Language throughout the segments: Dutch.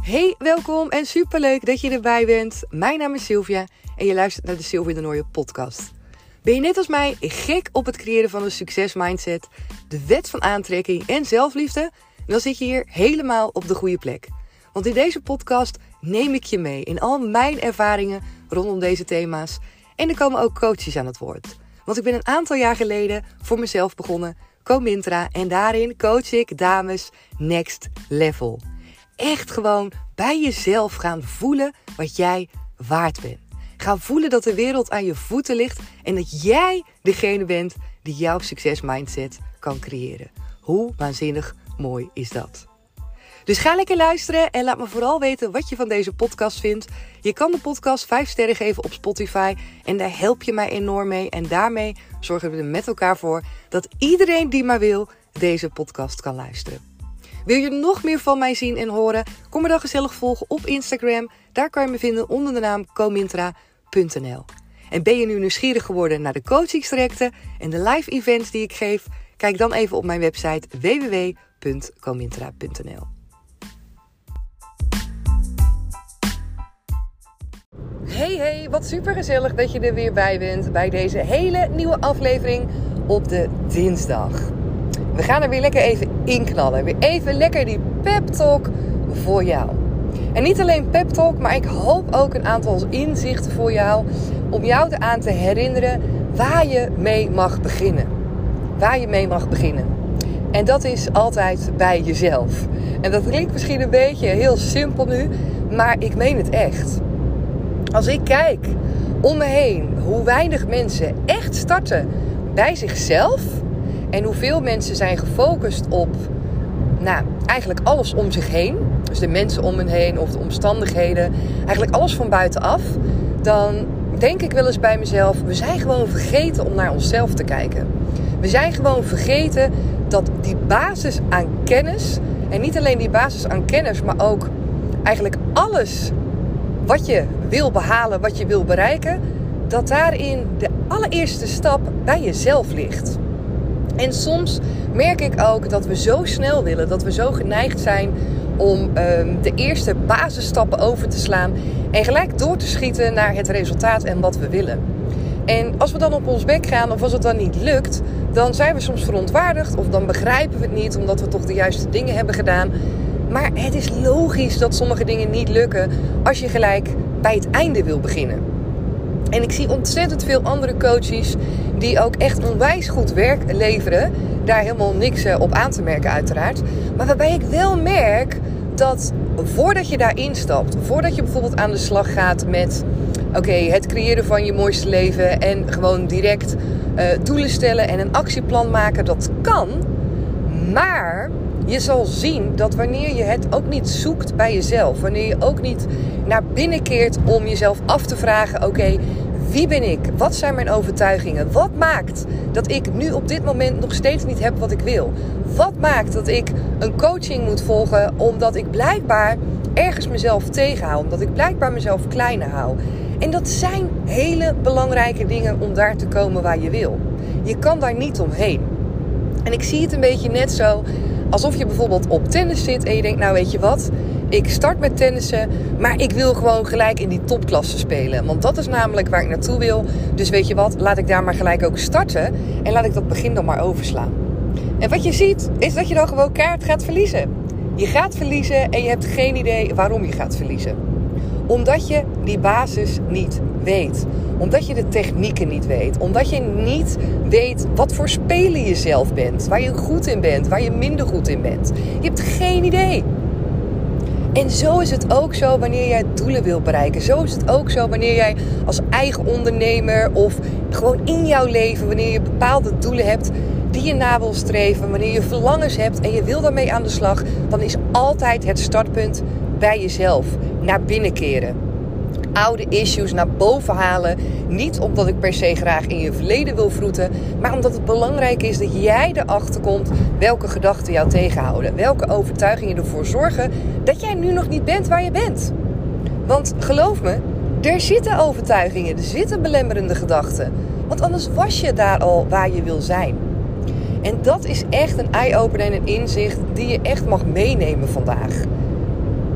Hey, welkom en superleuk dat je erbij bent. Mijn naam is Sylvia en je luistert naar de Sylvia de Nooijen podcast. Ben je net als mij gek op het creëren van een succesmindset, de wet van aantrekking en zelfliefde? Dan zit je hier helemaal op de goede plek. Want in deze podcast neem ik je mee in al mijn ervaringen rondom deze thema's. En er komen ook coaches aan het woord. Want ik ben een aantal jaar geleden voor mezelf begonnen, Comintra, en daarin coach ik dames next level. Echt gewoon bij jezelf gaan voelen wat jij waard bent. Gaan voelen dat de wereld aan je voeten ligt en dat jij degene bent die jouw succesmindset kan creëren. Hoe waanzinnig mooi is dat? Dus ga lekker luisteren en laat me vooral weten wat je van deze podcast vindt. Je kan de podcast 5 sterren geven op Spotify en daar help je mij enorm mee. En daarmee zorgen we er met elkaar voor dat iedereen die maar wil deze podcast kan luisteren. Wil je nog meer van mij zien en horen? Kom me dan gezellig volgen op Instagram. Daar kan je me vinden onder de naam comintra.nl. En ben je nu nieuwsgierig geworden naar de coachingstrajecten en de live events die ik geef? Kijk dan even op mijn website www.comintra.nl. Hey, wat super gezellig dat je er weer bij bent bij deze hele nieuwe aflevering op de dinsdag. We gaan er weer lekker even inknallen. Weer even lekker die pep talk voor jou. En niet alleen pep talk, maar ik hoop ook een aantal inzichten voor jou. Om jou eraan te herinneren waar je mee mag beginnen. Waar je mee mag beginnen. En dat is altijd bij jezelf. En dat klinkt misschien een beetje heel simpel nu, maar ik meen het echt. Als ik kijk om me heen hoe weinig mensen echt starten bij zichzelf. En hoeveel mensen zijn gefocust op eigenlijk alles om zich heen. Dus de mensen om hen heen of de omstandigheden. Eigenlijk alles van buitenaf. Dan denk ik wel eens bij mezelf, we zijn gewoon vergeten om naar onszelf te kijken. We zijn gewoon vergeten dat die basis aan kennis, en niet alleen die basis aan kennis, maar ook eigenlijk alles wat je wil behalen, wat je wil bereiken, dat daarin de allereerste stap bij jezelf ligt. En soms merk ik ook dat we zo snel willen, dat we zo geneigd zijn om de eerste basisstappen over te slaan en gelijk door te schieten naar het resultaat en wat we willen. En als we dan op ons bek gaan of als het dan niet lukt, dan zijn we soms verontwaardigd of dan begrijpen we het niet omdat we toch de juiste dingen hebben gedaan. Maar het is logisch dat sommige dingen niet lukken als je gelijk bij het einde wil beginnen. En ik zie ontzettend veel andere coaches die ook echt onwijs goed werk leveren. Daar helemaal niks op aan te merken uiteraard. Maar waarbij ik wel merk dat voordat je daarin stapt, voordat je bijvoorbeeld aan de slag gaat met het creëren van je mooiste leven en gewoon direct doelen stellen en een actieplan maken, dat kan. Maar je zal zien dat wanneer je het ook niet zoekt bij jezelf, wanneer je ook niet naar binnen keert om jezelf af te vragen, wie ben ik? Wat zijn mijn overtuigingen? Wat maakt dat ik nu op dit moment nog steeds niet heb wat ik wil? Wat maakt dat ik een coaching moet volgen omdat ik blijkbaar ergens mezelf tegenhoud, omdat ik blijkbaar mezelf kleiner hou? En dat zijn hele belangrijke dingen om daar te komen waar je wil. Je kan daar niet omheen. En ik zie het een beetje net zo alsof je bijvoorbeeld op tennis zit en je denkt, weet je wat? Ik start met tennissen, maar ik wil gewoon gelijk in die topklasse spelen. Want dat is namelijk waar ik naartoe wil. Dus weet je wat, laat ik daar maar gelijk ook starten en laat ik dat begin dan maar overslaan. En wat je ziet, is dat je dan gewoon kaart gaat verliezen. Je gaat verliezen en je hebt geen idee waarom je gaat verliezen. Omdat je die basis niet weet. Omdat je de technieken niet weet. Omdat je niet weet wat voor speler je zelf bent. Waar je goed in bent, waar je minder goed in bent. Je hebt geen idee. En zo is het ook zo wanneer jij doelen wil bereiken. Zo is het ook zo wanneer jij als eigen ondernemer of gewoon in jouw leven, wanneer je bepaalde doelen hebt die je na wil streven, wanneer je verlangens hebt en je wil daarmee aan de slag, dan is altijd het startpunt bij jezelf. Naar binnen keren. Oude issues naar boven halen. Niet omdat ik per se graag in je verleden wil vroeten, maar omdat het belangrijk is dat jij erachter komt welke gedachten jou tegenhouden. Welke overtuigingen ervoor zorgen dat jij nu nog niet bent waar je bent. Want geloof me, er zitten overtuigingen, er zitten belemmerende gedachten. Want anders was je daar al waar je wil zijn. En dat is echt een eye-opener en een inzicht die je echt mag meenemen vandaag.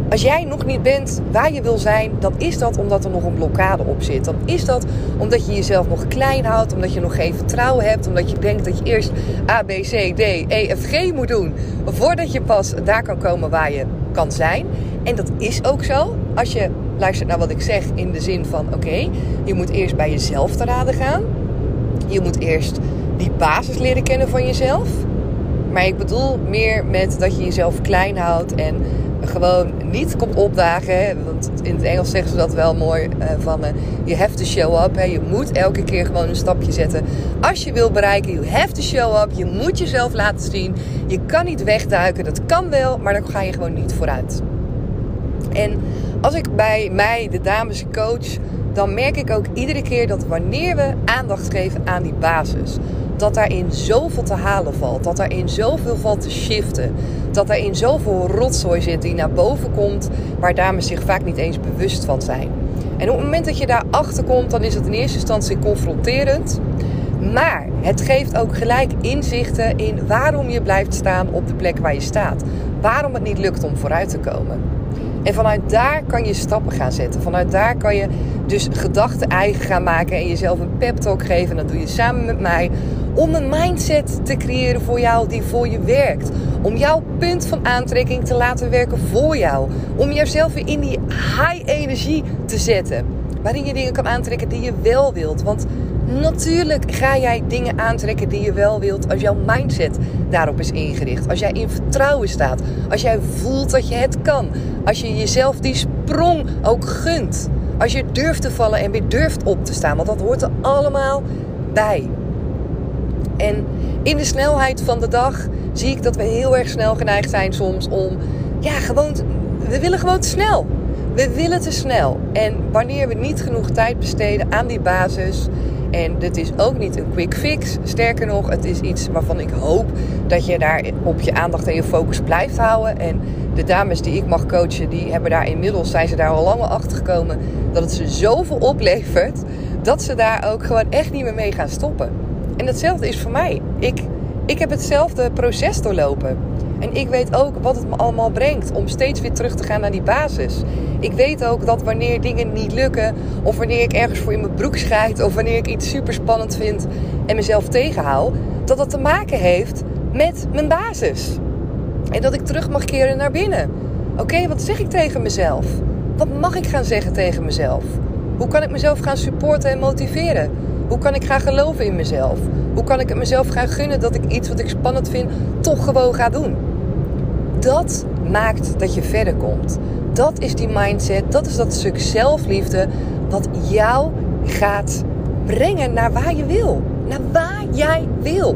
Als jij nog niet bent waar je wil zijn, dan is dat omdat er nog een blokkade op zit. Dan is dat omdat je jezelf nog klein houdt, omdat je nog geen vertrouwen hebt, omdat je denkt dat je eerst A, B, C, D, E, F, G moet doen voordat je pas daar kan komen waar je kan zijn. En dat is ook zo. Als je luistert naar wat ik zeg in de zin van oké, je moet eerst bij jezelf te raden gaan. Je moet eerst die basis leren kennen van jezelf. Maar ik bedoel meer met dat je jezelf klein houdt en gewoon niet komt opdagen. Hè? Want in het Engels zeggen ze dat wel mooi. You have to show up. Hè? Je moet elke keer gewoon een stapje zetten. Als je wil bereiken, you have to show up. Je moet jezelf laten zien. Je kan niet wegduiken. Dat kan wel, maar dan ga je gewoon niet vooruit. En als ik bij mij de dames coach, dan merk ik ook iedere keer dat wanneer we aandacht geven aan die basis, dat daarin zoveel te halen valt. Dat daarin zoveel valt te shiften. Dat daarin zoveel rotzooi zit die naar boven komt, waar dames zich vaak niet eens bewust van zijn. En op het moment dat je daar achter komt, dan is het in eerste instantie confronterend. Maar het geeft ook gelijk inzichten in waarom je blijft staan op de plek waar je staat. Waarom het niet lukt om vooruit te komen. En vanuit daar kan je stappen gaan zetten. Vanuit daar kan je dus gedachten eigen gaan maken en jezelf een pep talk geven. En dat doe je samen met mij. Om een mindset te creëren voor jou die voor je werkt. Om jouw punt van aantrekking te laten werken voor jou. Om jezelf weer in die high energie te zetten. Waarin je dingen kan aantrekken die je wel wilt. Want natuurlijk ga jij dingen aantrekken die je wel wilt als jouw mindset daarop is ingericht. Als jij in vertrouwen staat. Als jij voelt dat je het kan. Als je jezelf die sprong ook gunt. Als je durft te vallen en weer durft op te staan. Want dat hoort er allemaal bij. En in de snelheid van de dag zie ik dat we heel erg snel geneigd zijn soms om... we willen gewoon te snel. We willen te snel. En wanneer we niet genoeg tijd besteden aan die basis... En dit is ook niet een quick fix. Sterker nog, het is iets waarvan ik hoop dat je daar op je aandacht en je focus blijft houden. En de dames die ik mag coachen, die hebben daar inmiddels, zijn ze daar al lang achter gekomen, dat het ze zoveel oplevert, dat ze daar ook gewoon echt niet meer mee gaan stoppen. En hetzelfde is voor mij. Ik heb hetzelfde proces doorlopen. En ik weet ook wat het me allemaal brengt om steeds weer terug te gaan naar die basis. Ik weet ook dat wanneer dingen niet lukken, of wanneer ik ergens voor in mijn broek schijt, of wanneer ik iets super spannend vind en mezelf tegenhoud, dat dat te maken heeft met mijn basis. En dat ik terug mag keren naar binnen. Oké, wat zeg ik tegen mezelf? Wat mag ik gaan zeggen tegen mezelf? Hoe kan ik mezelf gaan supporten en motiveren? Hoe kan ik gaan geloven in mezelf? Hoe kan ik het mezelf gaan gunnen dat ik iets wat ik spannend vind toch gewoon ga doen? Dat maakt dat je verder komt. Dat is die mindset, dat is dat stuk zelfliefde wat jou gaat brengen naar waar je wil. Naar waar jij wil.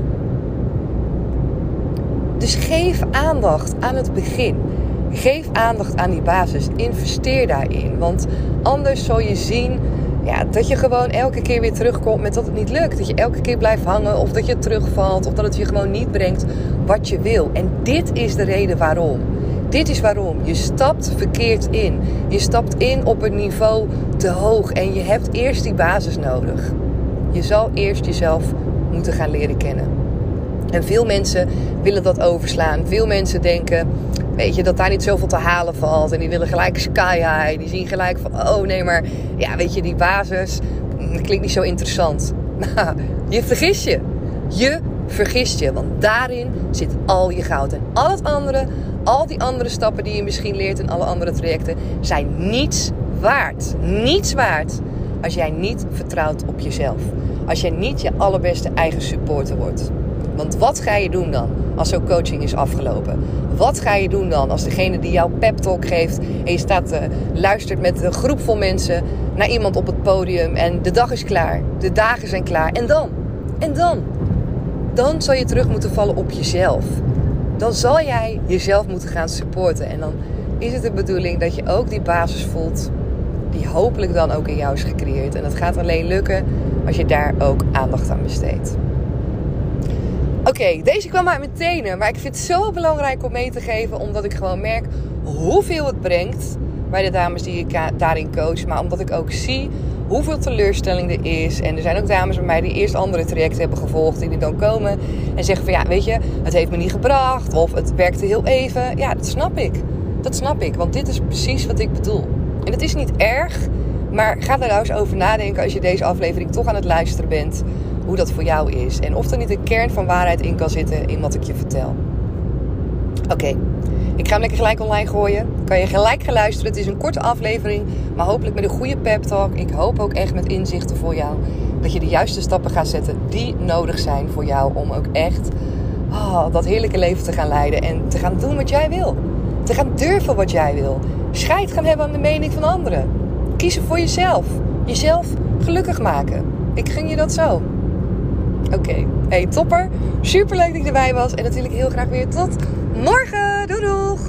Dus geef aandacht aan het begin. Geef aandacht aan die basis. Investeer daarin. Want anders zal je zien dat je gewoon elke keer weer terugkomt met dat het niet lukt. Dat je elke keer blijft hangen of dat je terugvalt. Of dat het je gewoon niet brengt wat je wil. En dit is de reden waarom. Dit is waarom. Je stapt verkeerd in. Je stapt in op een niveau te hoog. En je hebt eerst die basis nodig. Je zal eerst jezelf moeten gaan leren kennen. En veel mensen willen dat overslaan. Veel mensen denken, weet je, dat daar niet zoveel te halen valt. En die willen gelijk sky high. Die zien gelijk van, oh nee, maar ja, weet je, die basis, dat klinkt niet zo interessant. Maar je vergist je. Je vergist je. Want daarin zit al je goud. En al het andere, al die andere stappen die je misschien leert en alle andere trajecten, zijn niets waard. Niets waard als jij niet vertrouwt op jezelf. Als jij niet je allerbeste eigen supporter wordt. Want wat ga je doen dan als zo'n coaching is afgelopen? Wat ga je doen dan als degene die jou pep talk geeft en je luistert met een groep vol mensen naar iemand op het podium en de dag is klaar, de dagen zijn klaar en dan? En dan? Dan zal je terug moeten vallen op jezelf. Dan zal jij jezelf moeten gaan supporten en dan is het de bedoeling dat je ook die basis voelt die hopelijk dan ook in jou is gecreëerd. En dat gaat alleen lukken als je daar ook aandacht aan besteedt. Oké, deze kwam uit mijn tenen. Maar ik vind het zo belangrijk om mee te geven. Omdat ik gewoon merk hoeveel het brengt bij de dames die ik daarin coach. Maar omdat ik ook zie hoeveel teleurstelling er is. En er zijn ook dames bij mij die eerst andere trajecten hebben gevolgd. Die dan komen en zeggen van ja, weet je, het heeft me niet gebracht. Of het werkte heel even. Ja, dat snap ik. Dat snap ik, want dit is precies wat ik bedoel. En het is niet erg, maar ga er nou eens over nadenken als je deze aflevering toch aan het luisteren bent, hoe dat voor jou is. En of er niet een kern van waarheid in kan zitten in wat ik je vertel. Oké, ik ga hem lekker gelijk online gooien. Kan je gelijk gaan luisteren. Het is een korte aflevering, maar hopelijk met een goede pep talk. Ik hoop ook echt met inzichten voor jou. Dat je de juiste stappen gaat zetten die nodig zijn voor jou om ook echt dat heerlijke leven te gaan leiden. En te gaan doen wat jij wil. Te gaan durven wat jij wil. Scheid gaan hebben aan de mening van anderen. Kiezen voor jezelf. Jezelf gelukkig maken. Ik gun je dat zo. Oké, hey topper. Superleuk dat je erbij was. En natuurlijk heel graag weer tot morgen. Doei doeg.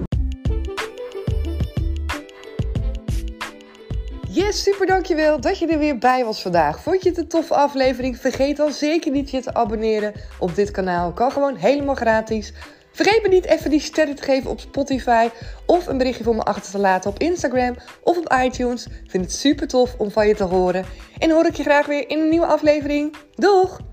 Yes, super dankjewel dat je er weer bij was vandaag. Vond je het een toffe aflevering? Vergeet dan zeker niet je te abonneren op dit kanaal. Kan gewoon helemaal gratis. Vergeet me niet even die sterren te geven op Spotify of een berichtje voor me achter te laten op Instagram of op iTunes. Ik vind het super tof om van je te horen. En hoor ik je graag weer in een nieuwe aflevering. Doeg!